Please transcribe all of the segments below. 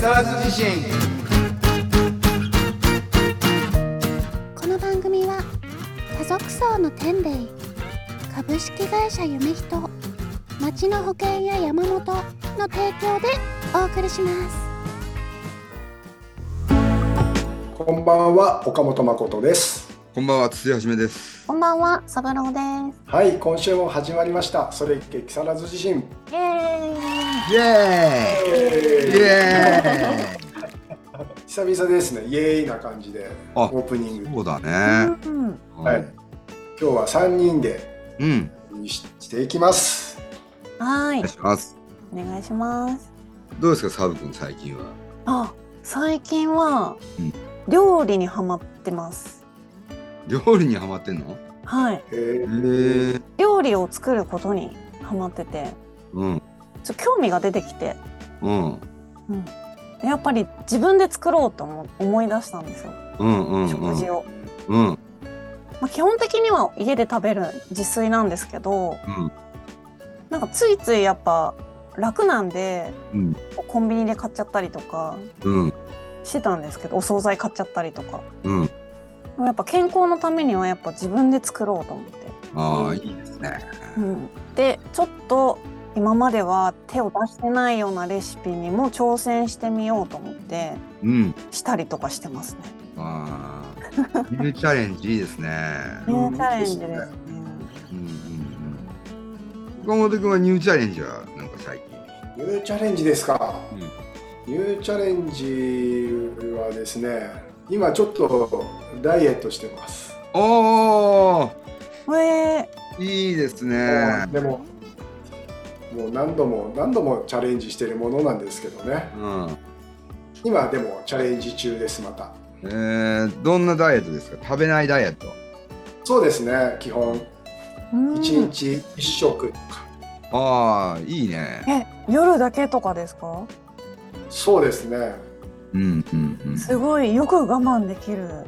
更津地震。 この番組は家族層の天霊株式会社夢人町の保険や山本の提供でお送りします。 こんばんは、岡本誠です。 こんばんは、筒井はじめです。 こんばんは、三郎です。 はい、今週も始まりましたそれいけ木更津地震。 イエーイイエーイイエーイ久々ですね、イエーイな感じでオープニング。 そうだね、 はい、今日は3人でしていきます。 はい、 お願いします。 お願いします。 どうですか、サブ君、最近は。 最近は、料理にハマってます。 料理にハマってんの？ はい、料理を作ることにハマってて、ちょっと興味が出てきて、やっぱり自分で作ろうと思い出したんですよ、食事を。基本的には家で食べる自炊なんですけど、なんかついついやっぱ楽なんで、コンビニで買っちゃったりとかしてたんですけど、お惣菜買っちゃったりとか、でもやっぱ健康のためにはやっぱ自分で作ろうと思って。 いいですね。 でちょっと今までは手を出してないようなレシピにも挑戦してみようと思って、したりとかしてますね。 ニューチャレンジいいですね。 ニューチャレンジですね。 岡本君はニューチャレンジはなんか最近？ ニューチャレンジですか。ニューチャレンジはですね、今ちょっとダイエットしてます。 いいですね。 でももう何度もチャレンジしてるものなんですけどね、今でもチャレンジ中です。またどんなダイエットですか？食べないダイエット？ そうですね、基本1日1食とか。 いいね。 夜だけとかですか？ そうですね。 すごいよく我慢できる。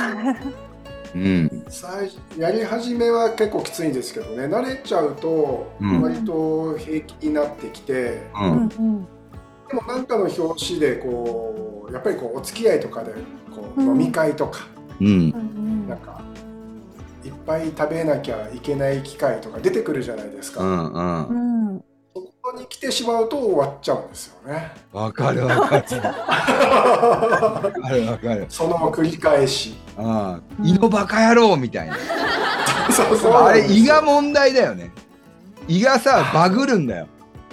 やり始めは結構きついんですけどね、慣れちゃうと割と平気になってきて、でもなんかの表紙でこうやっぱりこうお付き合いとかでこう飲み会とか、なんかいっぱい食べなきゃいけない機会とか出てくるじゃないですか。そこに来てしまうと終わっちゃうんですよね。 わかるその繰り返し。 胃のバカ野郎みたいな。あれ胃が問題だよね。胃がさバグるんだよ。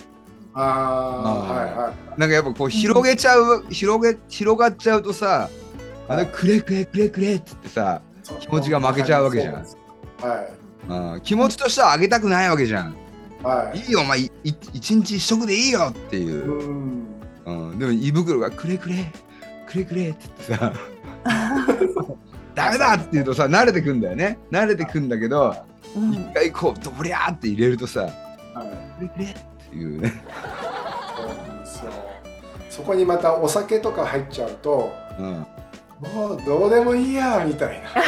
なんかやっぱこう広がっちゃうとさ、くれくれくれくれっつってさ、気持ちが負けちゃうわけじゃん。気持ちとしてはあげたくないわけじゃん。いいよお前一日一食でいいよっていう。でも胃袋がくれくれくれくれって言ってさダメだって言うとさ慣れてくんだよね。慣れてくんだけど、一回こうドブリャーって入れるとさ、くれくれっていうね。 そうなんですよ。そこにまたお酒とか入っちゃうと、もうどうでもいいやみたいな。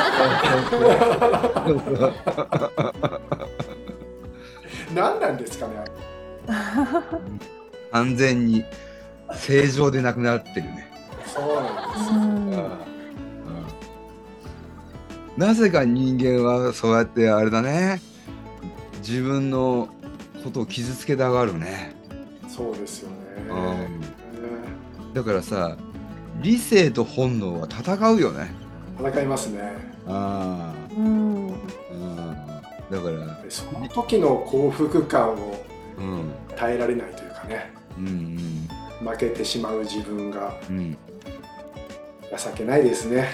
何なんですかね。 完全に正常でなくなってるね。 そうなんですよ。 なぜか人間はそうやってあれだね、自分のことを傷つけたがるね。 そうですよね。 だからさ、理性と本能は戦うよね。 戦いますね。 だからその時の幸福感を耐えられないというかね、負けてしまう自分が情けないですね。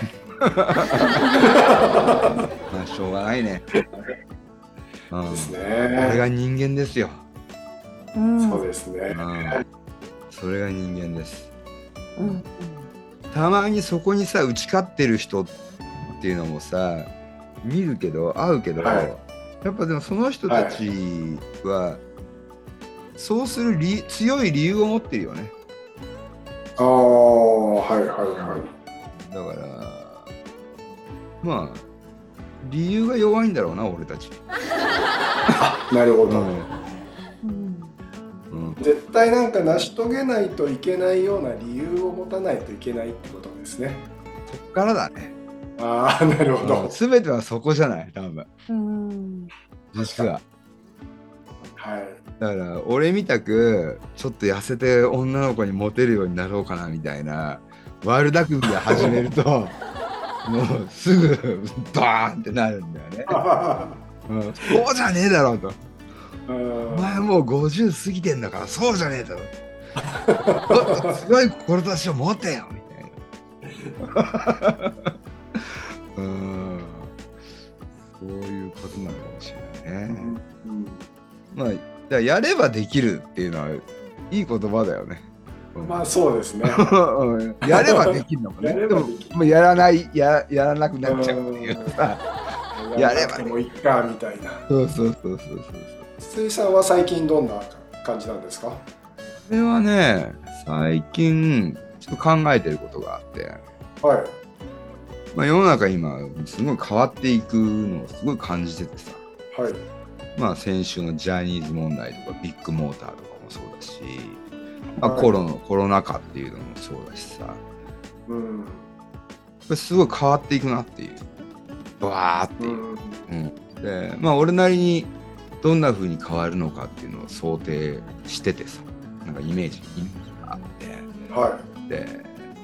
しょうがないね。 ですね。 これが人間ですよ。 そうですね。 それが人間です。たまにそこにさ打ち勝ってる人っていうのもさ見るけど会うけど、やっぱでもその人たちはそうする強い理由を持ってるよね。だからまあ理由が弱いんだろうな俺たち。 なるほど。 絶対なんか成し遂げないといけないような理由を持たないといけないってことですね。 そっからだね。 ああ、なるほど。 すべてはそこじゃない多分。実は。 はい。 だから俺みたくちょっと痩せて女の子にモテるようになろうかなみたいな悪巧みが始めるともうすぐバーンってなるんだよね。そうじゃねえだろうと。お前もう50過ぎてんだからそうじゃねえだろ。強い志を持てよみたいな。そういうことなのかもしれないね。まあやればできるっていうのはいい言葉だよね。 まあそうですね。 やればできるのもね。でもやらなくなっちゃうっていうさ。 やればもういいかみたいな。 そう。 筒井さんは最近どんな感じなんですか？ これはね、最近ちょっと考えてることがあって、 はい。 まあ世の中今すごい変わっていくのをすごい感じててさ。はい。まあ先週のジャニーズ問題とかビッグモーターとかもそうだし、まあ、コロナ禍っていうのもそうだしさ、これすごい変わっていくなっていう、わーっていう、でまあ俺なりにどんな風に変わるのかっていうのを想定しててさ、なんかイメージがあって、で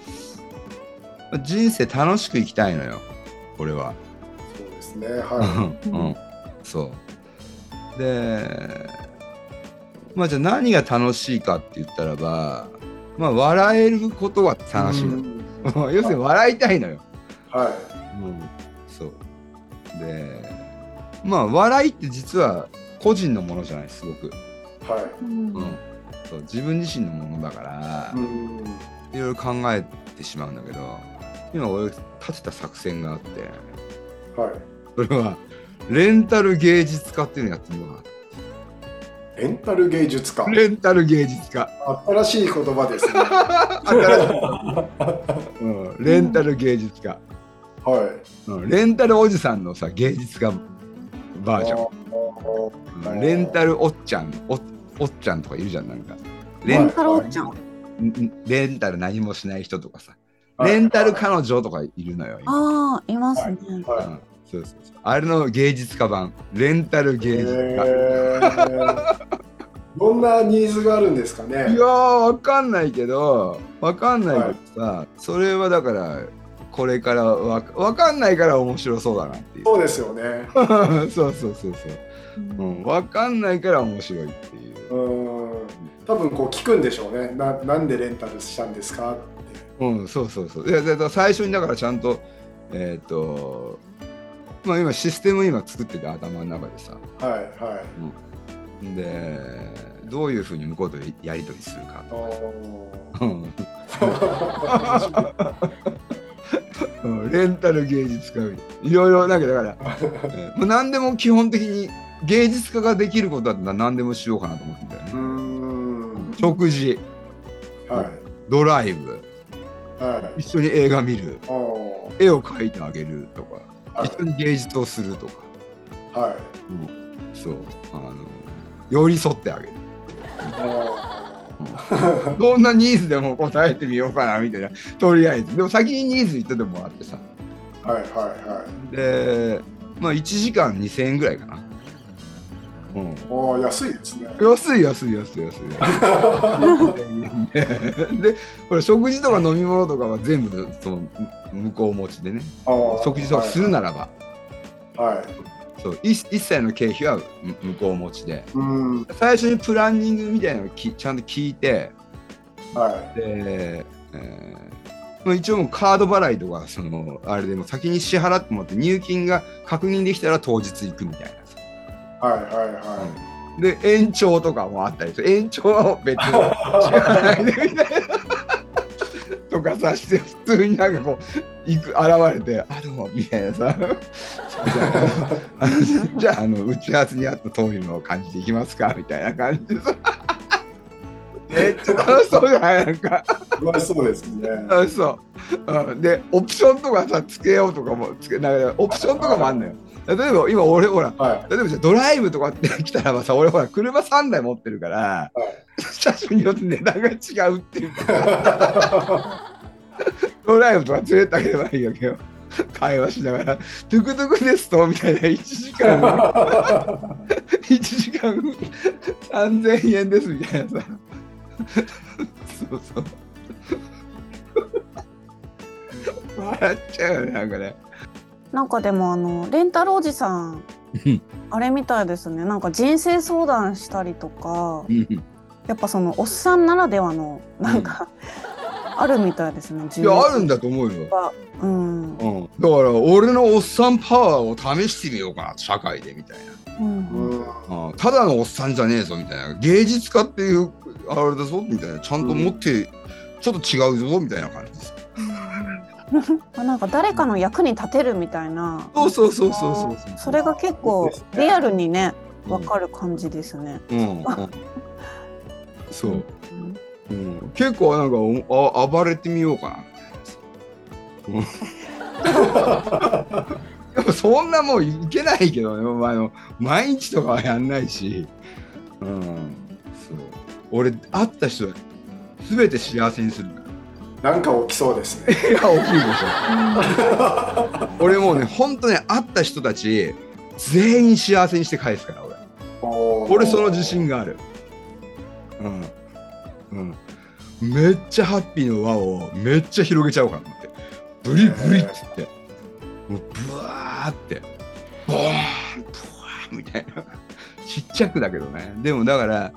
人生楽しく生きたいのよ俺は。 そうですね。はい。 そうで、まあじゃあ何が楽しいかって言ったらば、まあ笑えることは楽しいの。要するに笑いたいのよ。はい。そうで、まあ笑いって実は個人のものじゃない、すごく。はい。そう自分自身のものだから、いろいろ考えてしまうんだけど、今俺立てた作戦があって、はい。それはレンタル芸術家っていうのをやってみようかな。 レンタル芸術家。 レンタル芸術家。 新しい言葉ですね。 レンタル芸術家。はい。レンタルおじさんのさ芸術家バージョン。レンタルおっちゃん、おっちゃんとかいるじゃん、なんか。 レンタルおっちゃん。 レンタル何もしない人とかさ。レンタル彼女とかいるのよ。 ああ、いますね。 そうあれの芸術家版、レンタル芸術家。 どんなニーズがあるんですかね。 いやわかんないけどさ、それはだからこれからわかんないから面白そうだなっていう。 そうですよね。 そう、わかんないから面白いっていう。 多分こう聞くんでしょうね。なんでレンタルしたんですかって。 そう。いや最初にだからちゃんとまあ今システム今作ってて頭の中でさ。でどういうふうに向こうとやり取りするかとか。レンタル芸術家いろいろだからもう何でも基本的に芸術家ができることだったら何でもしようかなと思ってんだよね。食事、ドライブ、一緒に映画見る、絵を描いてあげるとか、一緒に芸術をするとか、そう寄り添ってあげる。どんなニーズでも答えてみようかなみたいな。とりあえずでも先にニーズ言っててもらってさ。でまあ1時間2000円ぐらいかな。 安いですね。 安い。でこれ食事とか飲み物とかは全部その向こう持ちでね。食事とかするならば。そう一切の経費は向こう持ちで、最初にプランニングみたいなのをちゃんと聞いて、で、まあ、一応もうカード払いとかそのあれでも先に支払ってもらって入金が確認できたら当日行くみたいなさ。で延長とかもあったりする。延長は別に支払わないでみたいなとかさして普通になんかこう現れて「あどうも」みたいなさじゃあ打ち合わせにあった通りの感じでいきますかみたいな感じでさめっちゃ楽しそうじゃないなんか楽しそうですね。 そう、でオプションとかさつけようとかもなんかオプションとかもあんのよ。 例えば今俺ほら、例えばじゃドライブとかって来たらさ、俺ほら車3台持ってるから、車種によって値段が違うっていうかドライブとか連れてあげればいいわけよ。会話しながら「トゥクトゥクですと」みたいな1時間3000円ですみたいなさそうそう笑っちゃうよね、なんかね。 なんかでもレンタルおじさんあれみたいですね。なんか人生相談したりとかやっぱそのおっさんならではのなんか、あるみたいですね。 いや、あるんだと思うよ。 うん。 だから俺のおっさんパワーを試してみようかな、社会でみたいな。ただのおっさんじゃねえぞみたいな。芸術家っていうあれだぞみたいな。ちゃんと持ってちょっと違うぞみたいな感じです。 なんか誰かの役に立てるみたいな。 そう。 それが結構リアルにね、わかる感じですね。 そう。結構なんか暴れてみようかな。でもそんなもういけないけどね、毎日とかはやんないし、そう俺会った人は全て幸せにする。 なんか起きそうですね。 いや起きるでしょ。俺もうね、ほんとね、会った人たち全員幸せにして返すから俺その自信がある。めっちゃハッピーの輪をめっちゃ広げちゃおうかなと思って、ブリブリっつってもうブワーってボーンブワーみたいなちっちゃくだけどね。でもだから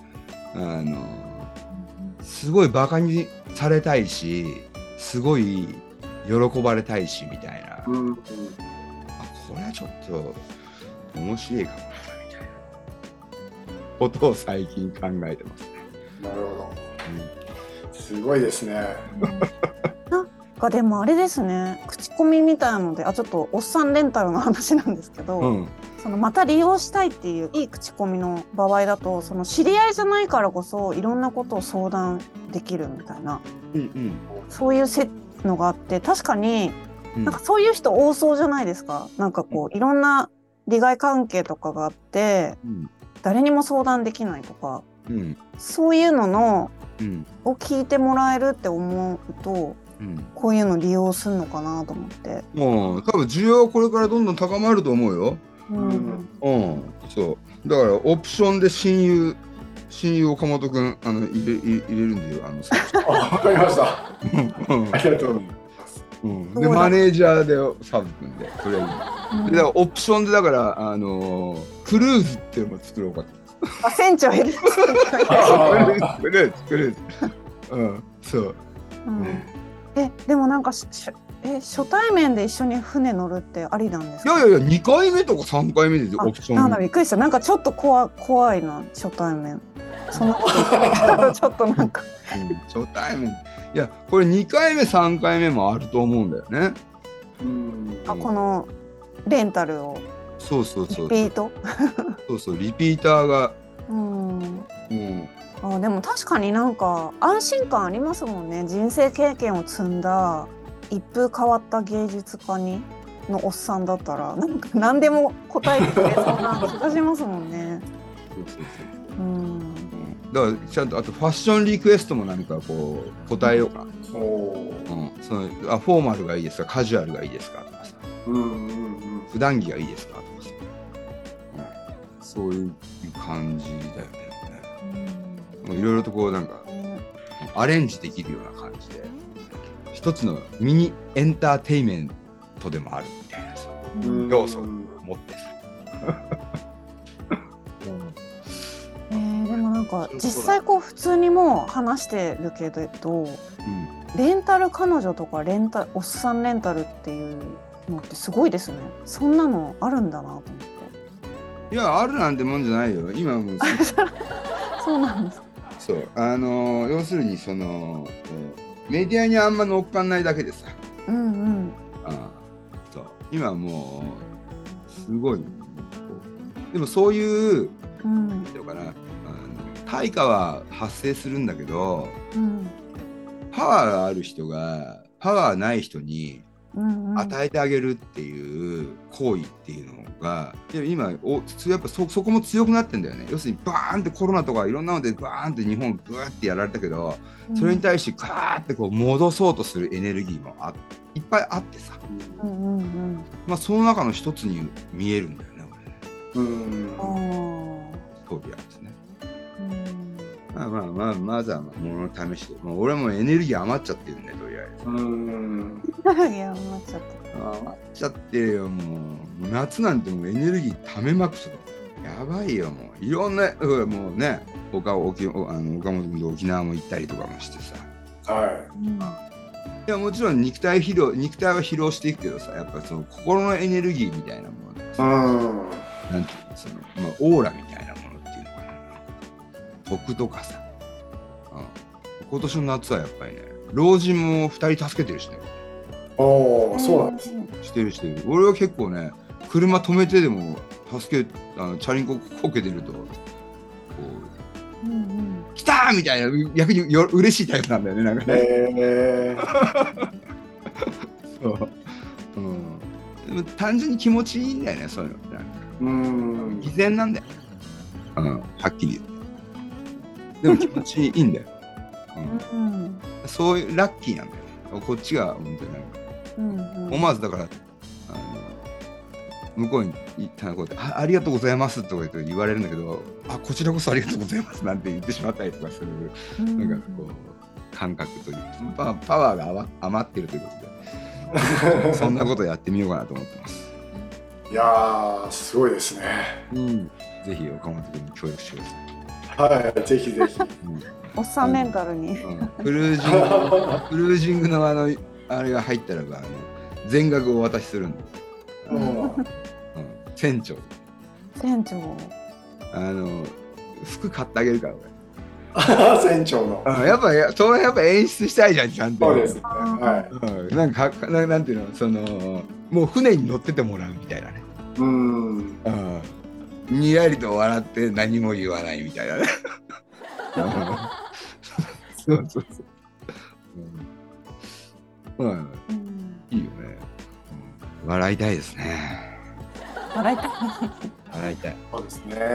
すごいバカにされたいし、すごい喜ばれたいしみたいな、これはちょっと面白いかもなみたいなことを最近考えてますね。 なるほど、すごいですね。 なんかでもあれですね、口コミみたいなので、ちょっとおっさんレンタルの話なんですけど、そのまた利用したいっていういい口コミの場合だと、その知り合いじゃないからこそいろんなことを相談できるみたいな、そういうのがあって、確かになんかそういう人多そうじゃないですか。なんかこういろんな利害関係とかがあって、誰にも相談できないとか、そういうのを聞いてもらえるって思うと、こういうの利用するのかなと思って。 もう多分需要はこれからどんどん高まると思うよ。そうだからオプションで親友岡本くん入れるんでよ。 わかりました。ありがとうございます。 でマネージャーでサブくんでそれでだからオプションでだからクルーズっていうのも作ろうかと。 船長いる。 クルーズ。そう。 でもなんか初対面で一緒に船乗るってありなんですか？ いや2回目とか3回目でオプション。 なんだびっくりした。なんかちょっと怖いな初対面。そんなこと言ったらちょっとなんか初対面。いやこれ2回目3回目もあると思うんだよね。 このレンタルを。 そう。 リピート。 そうリピーターが。 でも確かになんか安心感ありますもんね。人生経験を積んだ一風変わった芸術家のおっさんだったらなんか何でも答えてくれそうな気がしますもんね。 だからちゃんとあとファッションリクエストも何かこう答えようか。フォーマルがいいですか、カジュアルがいいですかとかさ、普段着がいいですかとかさ、そういう感じだよね。いろいろとこうなんかアレンジできるような感じで一つのミニエンターテイメントでもあるみたいなさ要素を持ってさでもなんか実際こう普通にもう話してるけど、レンタル彼女とかおっさんレンタルっていうのってすごいですね。そんなのあるんだなと思って。 いやあるなんてもんじゃないよ今もそうなんですか。 そう要するにその、メディアにあんま乗っかんないだけでさ、そう今もうすごいでもそういう、なんていうのかな対価は発生するんだけど、パワーがある人がパワーない人に与えてあげるっていう行為っていうのが今やっぱそこも強くなってんだよね。要するにバーンってコロナとかいろんなのでバーンって日本グワーってやられたけど、それに対してガーってこう戻そうとするエネルギーもいっぱいあってさ、まあその中の一つに見えるんだよね、俺ね。そうですね。まずは物の試しで、俺もエネルギー余っちゃってるんで、とりあえず。 余っちゃってるよ、もう。夏なんてもうエネルギー溜めまくする。やばいよ、もう。いろんな、もうね、岡本君と沖縄も行ったりとかもしてさ。いや、もちろん肉体は疲労していくけどさ、やっぱその心のエネルギーみたいなもの。なんていうの、オーラみたいなものっていうのかな。僕とかさ、今年の夏はやっぱりね、老人も2人助けてるしね。 そうなんですね。 してる。俺は結構ね、車止めてでもチャリンコこけてるとこう、来たーみたいな、逆に嬉しいタイプなんだよね、なんかね。そう、でも単純に気持ちいいんだよね、そういうの。偽善なんだよ。はっきり言って。でも気持ちいいんだよ。そういうラッキーなんだよ。こっちが本当になんか、思わずだから向こうに行ったことでありがとうございますとか言われるんだけど、こちらこそありがとうございますなんて言ってしまったりとかする、なんかこう感覚というか、パワーが余ってるということでそんなことやってみようかなと思ってます。 いやー、すごいですね。 ぜひ岡本君に協力してください。 はい、ぜひぜひ。 おっさんメンタルに。 クルージングのあれが入ったらば全額をお渡しするんで。船長。服買ってあげるから俺。船長の。 やっぱ演出したいじゃん、ちゃんと。 そうですね。はい。 なんていうの、もう船に乗っててもらうみたいなね。にやりと笑って何も言わないみたいなね。そう。いいよね。笑いたいですね。 笑いたい。 そうですね。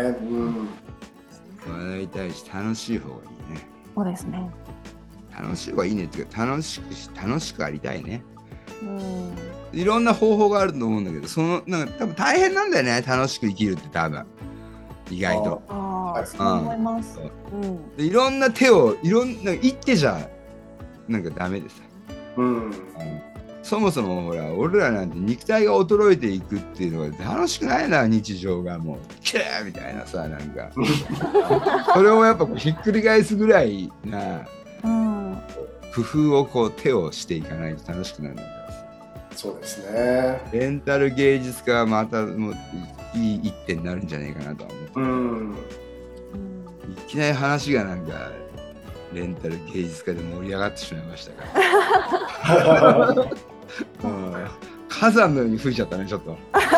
笑いたいし、楽しい方がいいね。 そうですね。 楽しい方がいいねっていうか、楽しくありたいね。いろんな方法があると思うんだけど、なんか多分大変なんだよね、楽しく生きるって多分。意外と。 そう思います。 いろんな手を、一手じゃなんかダメでさ。そもそもほら、俺らなんて肉体が衰えていくっていうのが楽しくないな、日常がもうキャーみたいなさ、なんかそれをやっぱひっくり返すぐらいな工夫を手をしていかないと楽しくなるんだからさ。 そうですね。 レンタル芸術家はまたもういい一手になるんじゃないかなとは思って、いきなり話がなんかレンタル芸術家で盛り上がってしまいましたから火山のように吹いちゃったね、ちょっと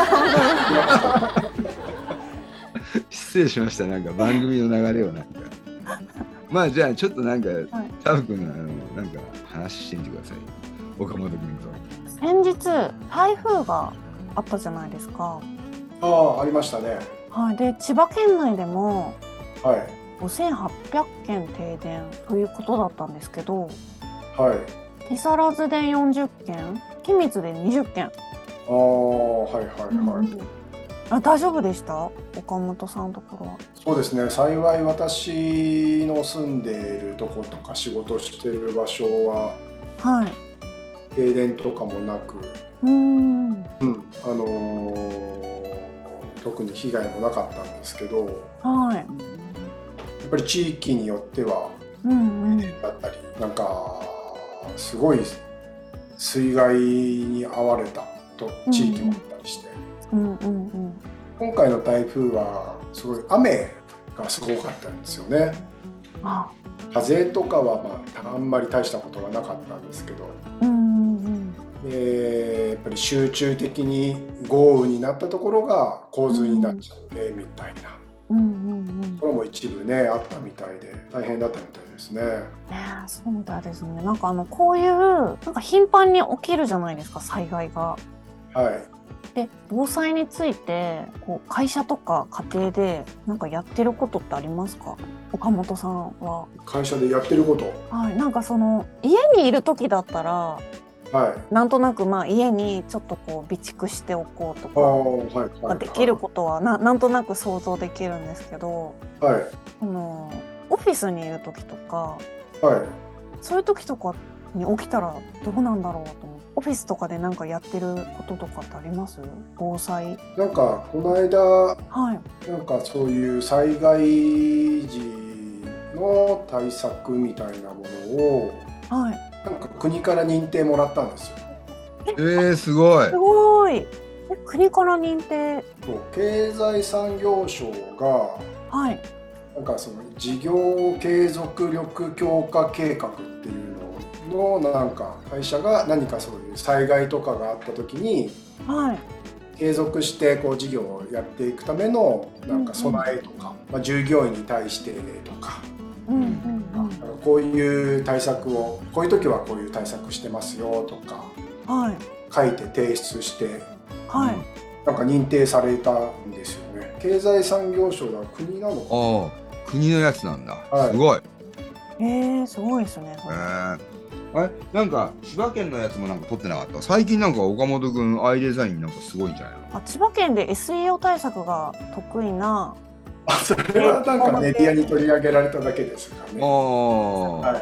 失礼しました。なんか番組の流れをなんかまあじゃあちょっとなんかタブ君のなんか話してみてください、岡本君と。 先日台風があったじゃないですか。 ありましたね。 で千葉県内でも5800件停電ということだったんですけど、木更津で40件、君津で20件。大丈夫でした？岡本さんのところは。 そうですね、幸い私の住んでいるとことか仕事している場所は停電とかもなく、特に被害もなかったんですけど、やっぱり地域によってはだったり、なんかすごい水害に遭われた地域もあったりして、今回の台風はすごい雨がすごかったんですよね。風とかはあんまり大したことはなかったんですけど、やっぱり集中的に豪雨になったところが洪水になっちゃってみたいな、それもも一部ねあったみたいで大変だったみたいですね。 そうみたいですね。なんかこういうなんか頻繁に起きるじゃないですか、災害が。 はい。 で防災についてこう会社とか家庭でなんかやってることってありますか？岡本さんは。 会社でやってること。 はい、なんか家にいる時だったら、はい、なんとなく家にちょっとこう備蓄しておこうとかできることはなんとなく想像できるんですけど、はい、オフィスにいる時とか、はい、そういう時とかに起きたらどうなんだろうと思って。オフィスとかでなんかやってることとかってあります？防災。 なんかこの間、はい、なんかそういう災害時の対策みたいなものを、はい、なんか国から認定もらったんですよ。 すごい。 すごい。国から認定。 そう、経済産業省が、はい、なんかその事業継続力強化計画っていうのなんか会社が何かそういう災害とかがあった時に、はい、継続してこう事業をやっていくためのなんか備えとか、従業員に対してとか、こういう対策をこういう時はこういう対策してますよとか、はい、書いて提出して、はい、なんか認定されたんですよね。経済産業省は国なのかな。 国のやつなんだ、はい、すごい。 すごいですね。 なんか千葉県のやつもなんか取ってなかった？最近なんか岡本くんアイデザインなんかすごいんじゃないの？ 千葉県で SEO 対策が得意な。 それはなんかメディアに取り上げられただけですかね。 はい、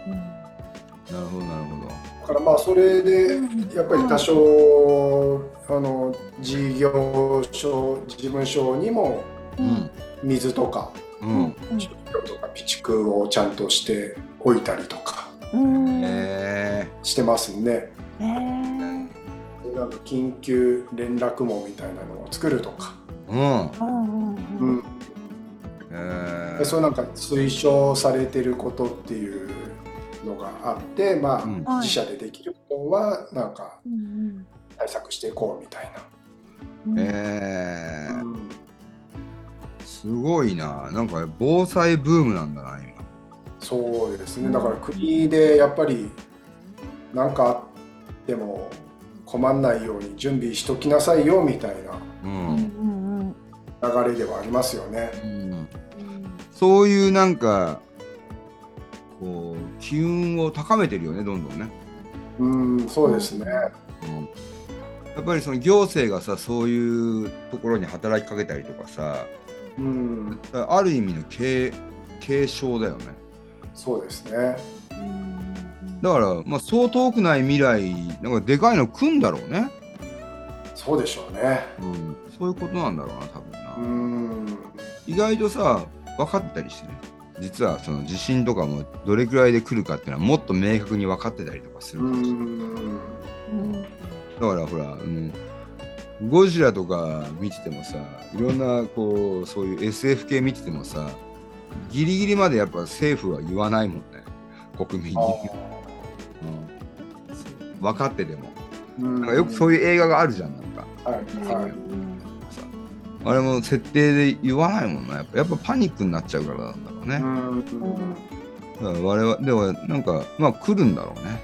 なるほどなるほど。 だからそれでやっぱり多少事業所事務所にも水とか食料とか備蓄をちゃんとしておいたりとかしてますね。なんか緊急連絡網みたいなのを作るとか、そうなんか推奨されてることっていうのがあって、自社でできることはなんか対策していこうみたいな。 すごいな。なんか防災ブームなんだな今。 そうですね。だから国でやっぱり何かあっても困んないように準備しときなさいよみたいな流れではありますよね。 そういうなんかこう機運を高めてるよね、どんどんね。 そうですね。 やっぱりその行政がさ、そういうところに働きかけたりとかさ、ある意味の継承だよね。 そうですね。 だからそう遠くない未来なんかでかいの来んだろうね。 そうでしょうね。 そういうことなんだろうな、多分な。意外とさ分かってたりしてね。実はその地震とかもどれくらいで来るかっていうのはもっと明確に分かってたりとかするかもしれない。だからほら、ゴジラとか見ててもさ、いろんなこうそういう SF 系見ててもさ、ギリギリまでやっぱ政府は言わないもんね、国民に。分かってても。なんかよくそういう映画があるじゃん、なんか。あれも設定で言わないもんな。やっぱパニックになっちゃうからなんだろうね。だから我々でもなんか来るんだろうね。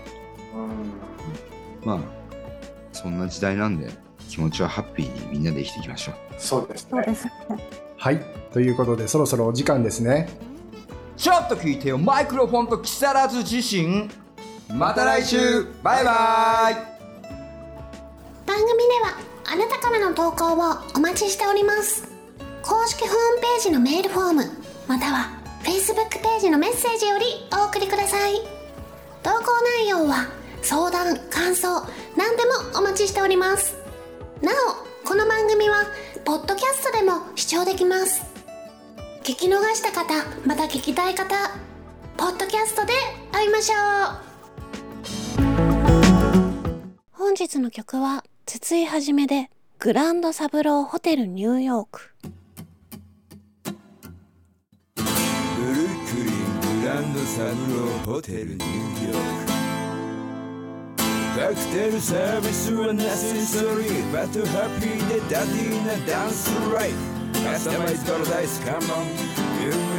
そんな時代なんで気持ちはハッピーにみんなで生きていきましょう。 そうですね。 はい、ということでそろそろお時間ですね。 ちょっと聞いてよ、マイクロフォンと木更津自身。また来週、バイバイ。 番組ではあなたからの投稿をお待ちしております。公式ホームページのメールフォームまたは Facebook ページのメッセージよりお送りください。投稿内容は相談、感想何でもお待ちしております。なおこの番組はポッドキャストでも視聴できます。聞き逃した方、また聞きたい方、ポッドキャストで会いましょう。本日の曲は筒井はじめでグランドサブローホテルニューヨーク。 ブルックリングランドサブローホテルニューヨーク。カクテルサービスはナセサリー、バトハッピーでダディーなダンスライフ。カスタマイズパラダイスカモン。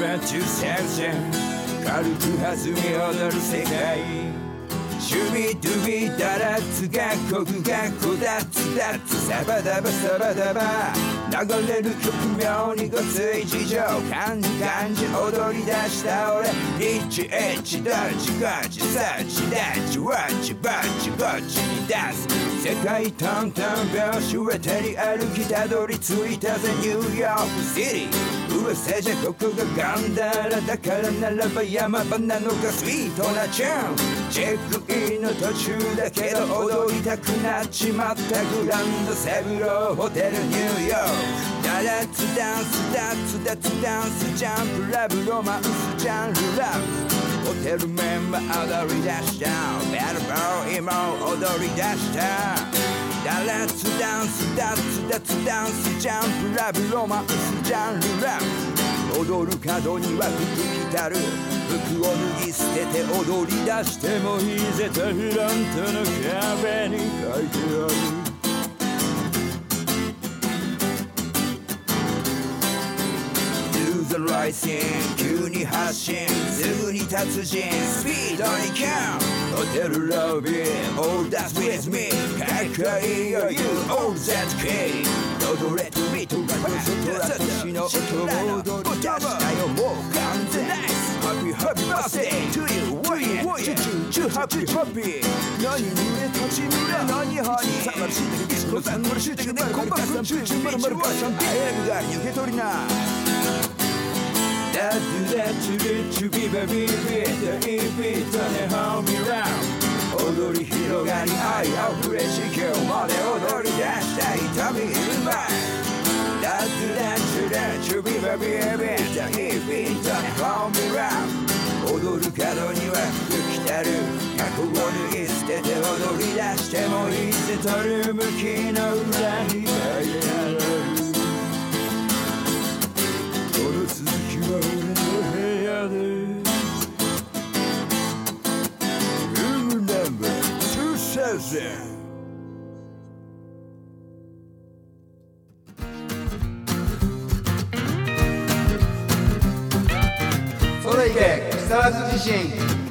は中戦線軽く弾み踊る世界シュビドゥビダラツがこぐがこだつだつサバダバサバダバ流れる曲妙にごつい事情感じ感じ踊り出した俺リッチエッチドッチゴチサッチダッチワッチバッチゴッチにダンス世界トントン拍子は手に歩きたどり着いたぜニューヨークシティ噂じゃここがガンダラだからならば山場なのかスイートなチューンチェックインの途中だけど踊りたくなっちまったグランドセブローホテルニューヨークダラッツダンスダッツダッツダンスジャンプラブロマンスジャンルラブホテルメンバー踊り出したベルボーイも踊り出したダラッツダンスダッツダッツダンスジャンプラブロマンスジャンルラブ踊る角には服着たる服を脱ぎ捨てて踊り出してもいいぜとフロントの壁に書いてあるライシン急に発進すぐに達人スピードにキャンホテルロビー All that's with me かっこいいよ You all that key 踊れとビートがバッ私の音を踊り出したよもう完全 Happy happy birthday to you Warrior チュチュチュハッピーハッピー何濡れ立ち濡れ何ハニーさまるしてくビスコさんのるしてくねコンパクトチュチュマルマルバーシャン早くが受け取りなだってだってるちゅびばびびだいびだねハミラウ踊り広がり愛あふれ地球まで踊り出した痛みいるまいだってだってだちゅびばびびだいびだねハミラウ踊る角には服着たる過去を脱ぎ捨てて踊り出してもいいぜとる向きの裏に書いてあるこの続きは俺の部屋でルームナンバー2000 それいけ木更津地震